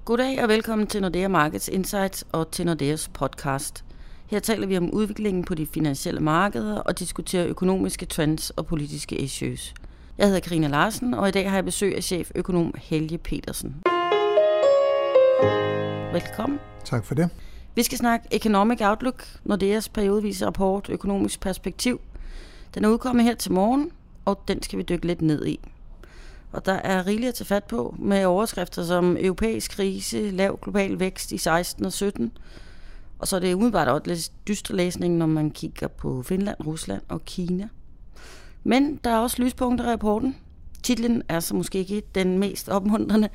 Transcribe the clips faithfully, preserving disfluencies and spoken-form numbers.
Goddag og velkommen til Nordea Markets Insights og til Nordeas podcast. Her taler vi om udviklingen på de finansielle markeder og diskuterer økonomiske trends og politiske issues. Jeg hedder Karina Larsen, og i dag har jeg besøg af cheføkonom Helge Petersen. Velkommen. Tak for det. Vi skal snakke Economic Outlook, Nordeas periodevise rapport Økonomisk Perspektiv. Den er udkommet her til morgen, og den skal vi dykke lidt ned i. Og der er rigeligt at tage fat på med overskrifter som europæisk krise, lav global vækst i seksten og sytten. Og så er det umiddelbart også lidt dystre læsning, når man kigger på Finland, Rusland og Kina. Men der er også lyspunkter i rapporten. Titlen er så måske ikke den mest opmuntrende.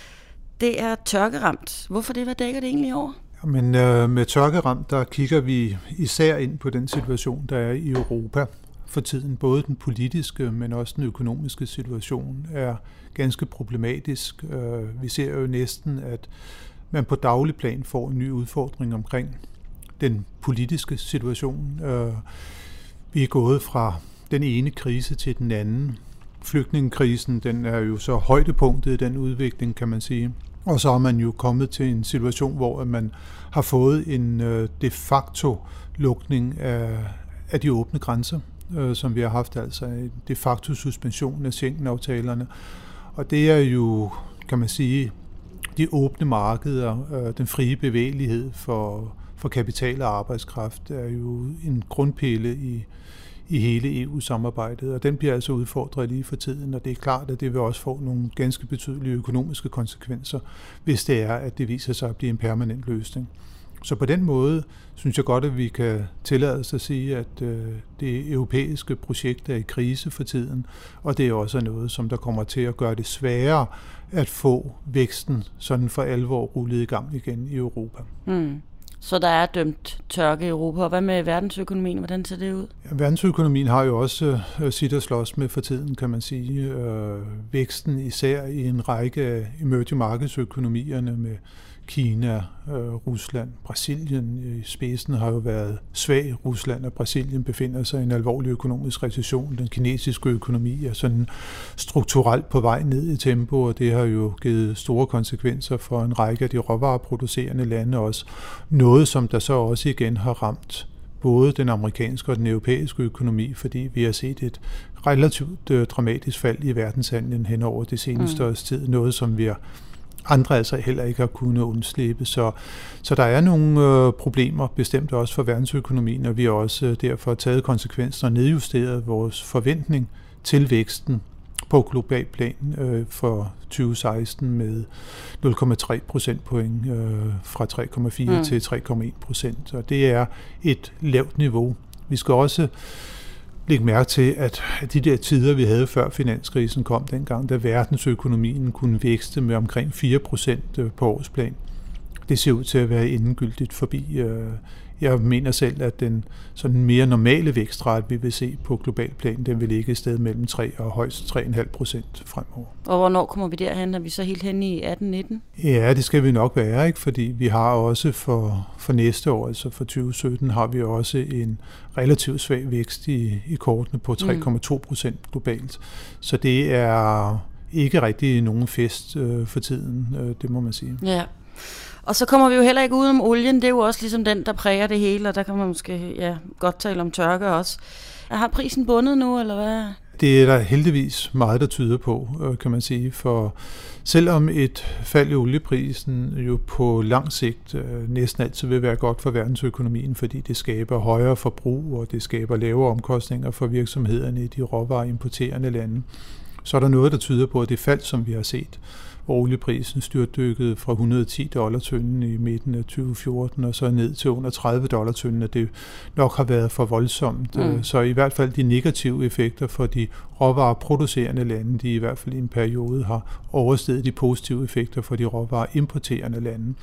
Det er tørkeramt. Hvorfor det? Hvad dækker det egentlig over? Men øh, med tørkeramt, der kigger vi især ind på den situation, der er i Europa for tiden. Både den politiske, men også den økonomiske situation er ganske problematisk. Vi ser jo næsten, at man på daglig plan får en ny udfordring omkring den politiske situation. Vi er gået fra den ene krise til den anden. Flygtningekrisen, den er jo så højdepunktet i den udvikling, kan man sige. Og så er man jo kommet til en situation, hvor man har fået en de facto lukning af, af de åbne grænser, som vi har haft, altså en de facto suspension af Schengen-aftalerne. Og det er jo, kan man sige, de åbne markeder, den frie bevægelighed for, for kapital og arbejdskraft er jo en grundpille i, i hele E U-samarbejdet, og den bliver altså udfordret lige for tiden, og det er klart, at det vil også få nogle ganske betydelige økonomiske konsekvenser, hvis det er, at det viser sig at blive en permanent løsning. Så på den måde synes jeg godt, at vi kan tillade os at sige, at øh, det europæiske projekt er i krise for tiden, og det er også noget, som der kommer til at gøre det sværere at få væksten sådan for alvor rullet i gang igen i Europa. Mm. Så der er dømt tørke i Europa, og hvad med verdensøkonomien? Hvordan ser det ud? Ja, verdensøkonomien har jo også øh, sit at slås med for tiden, kan man sige. Øh, væksten især i en række af emerging markedsøkonomierne med Kina, øh, Rusland, Brasilien i spidsen har jo været svag. Rusland og Brasilien befinder sig i en alvorlig økonomisk recession. Den kinesiske økonomi er sådan strukturelt på vej ned i tempo, og det har jo givet store konsekvenser for en række af de råvareproducerende lande også. Noget, som der så også igen har ramt både den amerikanske og den europæiske økonomi, fordi vi har set et relativt øh, dramatisk fald i verdenshandlen hen over det seneste mm. års tid. Noget, som vi har andre altså heller ikke har kunnet undslippe. Så, så der er nogle øh, problemer, bestemt også for verdensøkonomien, og vi har også øh, derfor taget konsekvensen og nedjusteret vores forventning til væksten på global plan øh, for tyve seksten med nul komma tre procentpoint øh, fra tre komma fire mm. til tre komma en procent. Og det er et lavt niveau. Vi skal også lægge mærke til, at de der tider, vi havde før finanskrisen kom dengang, da verdensøkonomien kunne vækste med omkring fire procent på årsplan. Det ser ud til at være endegyldigt forbi. Jeg mener selv, at den sådan mere normale vækstrate, vi vil se på global plan, den vil ligge et sted mellem tre og højst tre komma fem procent fremover. Og hvornår kommer vi derhen? Er vi så helt hen i atten nitten? Ja, det skal vi nok være, ikke? Fordi vi har også for, for næste år, altså for tyve sytten, har vi også en relativt svag vækst i, i kortene på tre komma to procent globalt. Så det er ikke rigtig nogen fest øh, for tiden, øh, det må man sige. Ja. Og så kommer vi jo heller ikke ud om olien. Det er jo også ligesom den, der præger det hele, og der kan man måske ja, godt tale om tørke også. Har prisen bundet nu, eller hvad? Det er der heldigvis meget, der tyder på, kan man sige. For selvom et fald i olieprisen jo på lang sigt næsten altid vil være godt for verdensøkonomien, fordi det skaber højere forbrug, og det skaber lavere omkostninger for virksomhederne i de råvareimporterende lande, så er der noget, der tyder på, at det fald, som vi har set, hvor olieprisen styrtdykkede fra et hundrede og ti dollar tønden i midten af tyve fjorten, og så ned til under tredive dollar tønden, at det nok har været for voldsomt. Mm. Så i hvert fald de negative effekter for de råvareproducerende lande, de i hvert fald i en periode har oversteget de positive effekter for de råvareimporterende lande.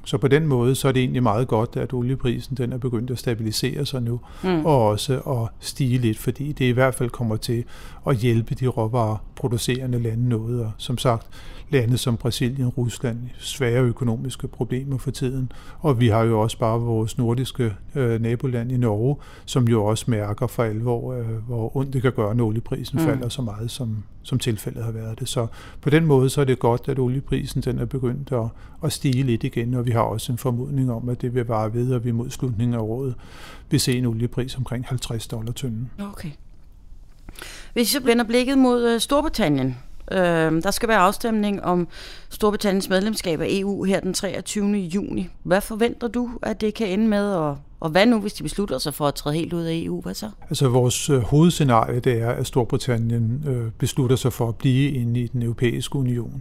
Så på den måde, så er det egentlig meget godt, at olieprisen den er begyndt at stabilisere sig nu, mm. og også at stige lidt, fordi det i hvert fald kommer til at hjælpe de råvareproducerende lande noget. Og som sagt, lande som Brasilien, Rusland, svære økonomiske problemer for tiden. Og vi har jo også bare vores nordiske øh, naboland i Norge, som jo også mærker for alvor, øh, hvor ondt det kan gøre, når olieprisen mm. falder så meget, som, som tilfældet har været det. Så på den måde så er det godt, at olieprisen den er begyndt at, at stige lidt igen, og vi har også en formodning om, at det vil vare ved, og vi mod slutningen af året vil se en oliepris omkring halvtreds dollar tønden. Okay. Hvis jeg vender blikket mod Storbritannien, øh, der skal være afstemning om Storbritanniens medlemskab af E U her den treogtyvende juni. Hvad forventer du, at det kan ende med, og, og hvad nu, hvis de beslutter sig for at træde helt ud af E U? Hvad så? Altså vores øh, hovedscenarie, det er, at Storbritannien øh, beslutter sig for at blive inde i den europæiske union.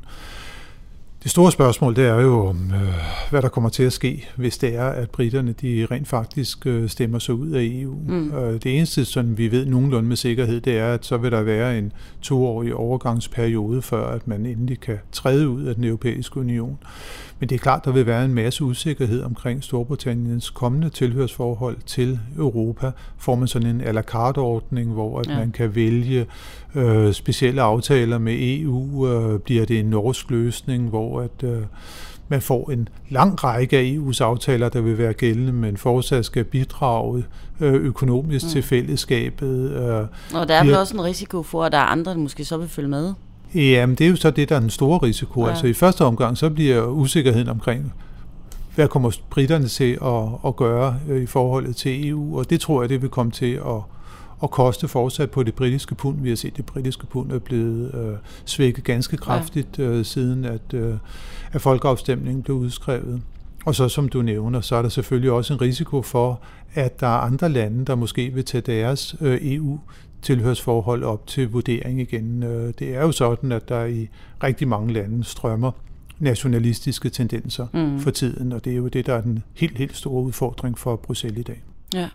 Det store spørgsmål, det er jo, øh, hvad der kommer til at ske, hvis det er, at briterne de rent faktisk øh, stemmer sig ud af E U. Mm. Øh, det eneste, som vi ved nogenlunde med sikkerhed, det er, at så vil der være en toårig overgangsperiode, før at man endelig kan træde ud af den europæiske union. Men det er klart, der vil være en masse usikkerhed omkring Storbritanniens kommende tilhørsforhold til Europa. Får man sådan en à la carte-ordning, hvor at ja. man kan vælge øh, specielle aftaler med E U? Øh, bliver det en norsk løsning, hvor at, øh, man får en lang række af E U's aftaler, der vil være gældende, men fortsat skal bidrage øh, økonomisk mm. til fællesskabet. Øh, Og der er vel også en risiko for, at der er andre, der måske så vil følge med? Jamen, det er jo så det, der er den store risiko. Ja. Altså i første omgang, så bliver usikkerheden omkring, hvad kommer briterne til at, at gøre øh, i forholdet til E U, og det tror jeg, det vil komme til at, at koste fortsat på det britiske pund. Vi har set, at det britiske pund er blevet øh, svækket ganske kraftigt, øh, siden at, øh, at folkeafstemningen blev udskrevet. Og så som du nævner, så er der selvfølgelig også en risiko for, at der er andre lande, der måske vil tage deres øh, E U tilhørsforhold op til vurdering igen. Det er jo sådan, at der i rigtig mange lande strømmer nationalistiske tendenser mm. for tiden, og det er jo det, der er den helt, helt store udfordring for Bruxelles i dag. Ja.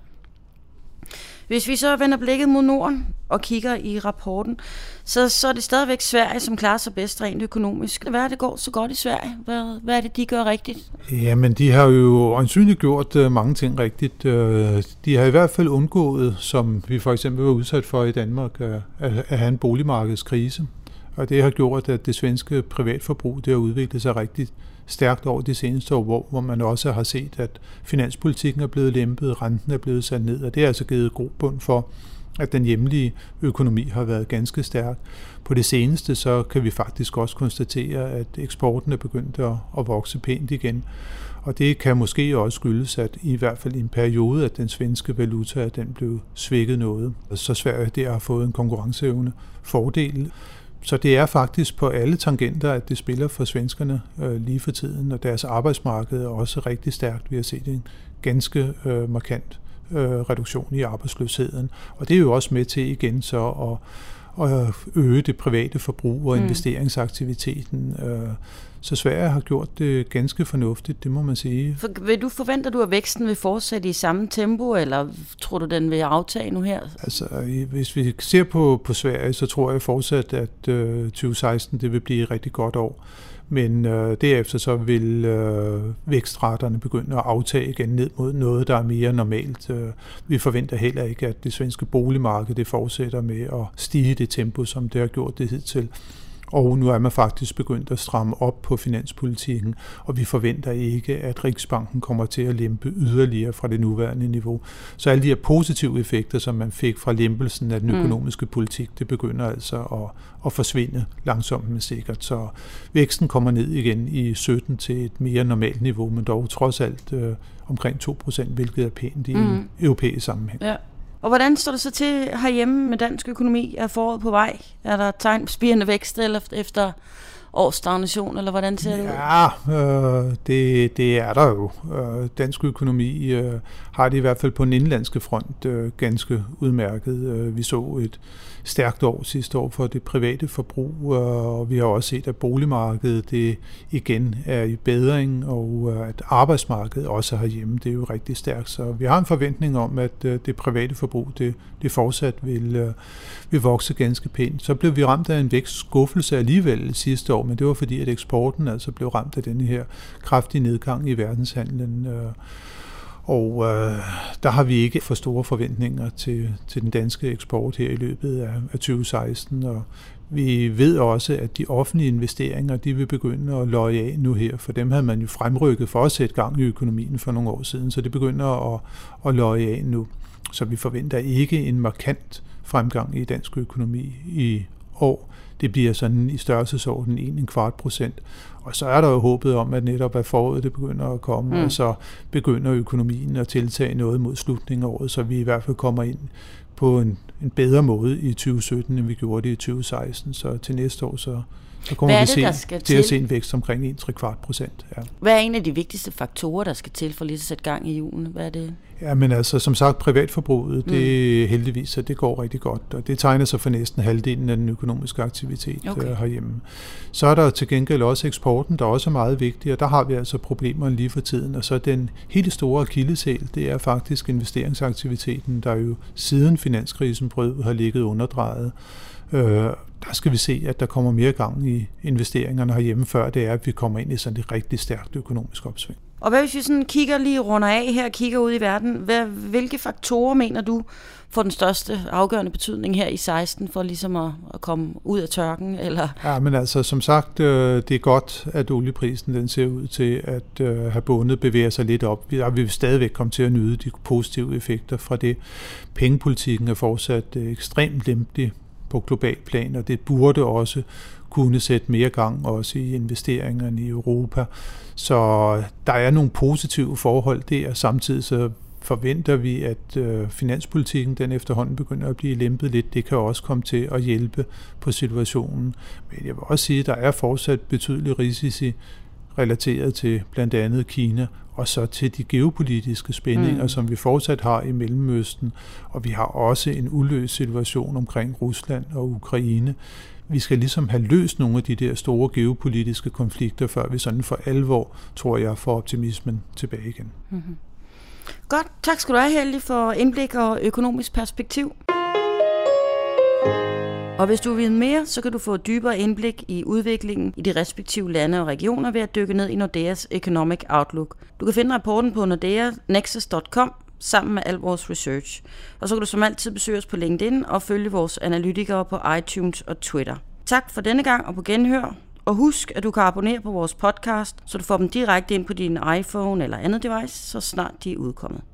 Hvis vi så vender blikket mod Norden og kigger i rapporten, så, så er det stadigvæk Sverige, som klarer sig bedst rent økonomisk. Hvad er det går så godt i Sverige? Hvad, hvad er det, de gør rigtigt? Jamen, de har jo øjensynligt gjort uh, mange ting rigtigt. Uh, de har i hvert fald undgået, som vi for eksempel var udsat for i Danmark, uh, at, at have en boligmarkedskrise. Og det har gjort, at det svenske privatforbrug det har udviklet sig rigtig stærkt over de seneste år, hvor, hvor man også har set, at finanspolitikken er blevet lempet, renten er blevet sat ned, og det har altså givet god bund for, at den hjemlige økonomi har været ganske stærk. På det seneste så kan vi faktisk også konstatere, at eksporten er begyndt at, at vokse pænt igen. Og det kan måske også skyldes, at i hvert fald i en periode, at den svenske valuta den blev svækket noget. Så Sverige der har fået en konkurrenceevne fordel. Så det er faktisk på alle tangenter, at det spiller for svenskerne øh, lige for tiden, og deres arbejdsmarked er også rigtig stærkt. Vi har set en ganske øh, markant øh, reduktion i arbejdsløsheden, og det er jo også med til igen så at, at øge det private forbrug og investeringsaktiviteten. Øh, så Sverige har gjort det ganske fornuftigt, det må man sige. For, vil du forventer du, at væksten vil fortsætte i samme tempo, eller tror du, den vil aftage nu her? Altså, hvis vi ser på, på Sverige, så tror jeg fortsat, at øh, tyve seksten det vil blive et rigtig godt år. Men øh, derefter så vil øh, vækstraterne begynde at aftage igen ned mod noget, der er mere normalt. Øh, vi forventer heller ikke, at det svenske boligmarked det fortsætter med at stige det tempo, som det har gjort det hidtil. Og nu er man faktisk begyndt at stramme op på finanspolitikken, og vi forventer ikke, at Riksbanken kommer til at lempe yderligere fra det nuværende niveau. Så alle de her positive effekter, som man fik fra lempelsen af den økonomiske politik, det begynder altså at, at forsvinde langsomt men sikkert. Så væksten kommer ned igen i sytten til et mere normalt niveau, men dog trods alt øh, omkring to procent, hvilket er pænt i en mm. europæisk sammenhæng. Ja. Og hvordan står det så til herhjemme med dansk økonomi? Er foråret på vej? Er der tegn på spirende vækst eller efter års stagnation, eller hvordan ser det ud? Ja, øh, det, det er der jo. Øh, dansk økonomi øh, har det i hvert fald på den indlandske front øh, ganske udmærket. Øh, vi så et stærkt år sidste år for det private forbrug, øh, og vi har også set, at boligmarkedet det igen er i bedring, og øh, at arbejdsmarkedet også herhjemme, det er jo rigtig stærkt. Så vi har en forventning om, at øh, det private forbrug, det, det fortsat vil, øh, vil vokse ganske pænt. Så blev vi ramt af en vækstskuffelse alligevel sidste år, år, men det var fordi, at eksporten altså blev ramt af denne her kraftige nedgang i verdenshandlen. Og øh, der har vi ikke for store forventninger til, til den danske eksport her i løbet af, af tyve seksten, og vi ved også, at de offentlige investeringer, de vil begynde at løje af nu her, for dem havde man jo fremrykket for at sætte gang i økonomien for nogle år siden, så det begynder at, at løje af nu. Så vi forventer ikke en markant fremgang i dansk økonomi i år. Det bliver sådan i størrelsesorden en kvart procent. Og så er der jo håbet om, at netop at foråret det begynder at komme, mm. og så begynder økonomien at tiltage noget mod slutningen af året, så vi i hvert fald kommer ind på en, en bedre måde i tyve sytten, end vi gjorde det i tyve seksten. Så til næste år, så, så kommer vi det, se, til, til at se en vækst omkring en tre kvart procent. Ja. Hvad er en af de vigtigste faktorer, der skal til for lige at sætte gang i hjulene? Hvad er det? Ja, men altså, som sagt, privatforbruget, mm. det heldigvis, at det går rigtig godt, og det tegner sig for næsten halvdelen af den økonomiske aktivitet okay. herhjemme. Så er der til gengæld også eksporten, der også er meget vigtig, og der har vi altså problemer lige for tiden, og så den helt store akilleshæl, det er faktisk investeringsaktiviteten, der jo siden finanskrisen brød har ligget underdrejet. Øh, der skal vi se, at der kommer mere gang i investeringerne herhjemme, før det er, at vi kommer ind i sådan et rigtig stærkt økonomisk opsving. Og hvad hvis vi sådan kigger lige runder af her, kigger ud i verden, hvad, hvilke faktorer mener du får den største afgørende betydning her i seksten for ligesom at, at komme ud af tørken? Eller? Ja, men altså som sagt, øh, det er godt, at olieprisen den ser ud til at øh, have bundet bevæger sig lidt op. Vi vil stadigvæk komme til at nyde de positive effekter fra det. Pengepolitikken er fortsat øh, ekstremt lempelig på global plan, og det burde også kunne sætte mere gang også i investeringerne i Europa. Så der er nogle positive forhold der. Samtidig så forventer vi, at øh, finanspolitikken den efterhånden begynder at blive lempet lidt. Det kan også komme til at hjælpe på situationen. Men jeg vil også sige, at der er fortsat betydelige risici relateret til blandt andet Kina, og så til de geopolitiske spændinger, mm. som vi fortsat har i Mellemøsten. Og vi har også en uløst situation omkring Rusland og Ukraine. Vi skal ligesom have løst nogle af de der store geopolitiske konflikter, før vi sådan for alvor, tror jeg, får optimismen tilbage igen. Mm-hmm. Godt. Tak skal du have, Helge, for indblik og økonomisk perspektiv. Og hvis du vil mere, så kan du få et dybere indblik i udviklingen i de respektive lande og regioner ved at dykke ned i Nordeas Economic Outlook. Du kan finde rapporten på nordea nexus punktum com sammen med al vores research. Og så kan du som altid besøge os på LinkedIn og følge vores analytikere på iTunes og Twitter. Tak for denne gang og på genhør. Og husk, at du kan abonnere på vores podcast, så du får dem direkte ind på din iPhone eller andet device, så snart de er udkommet.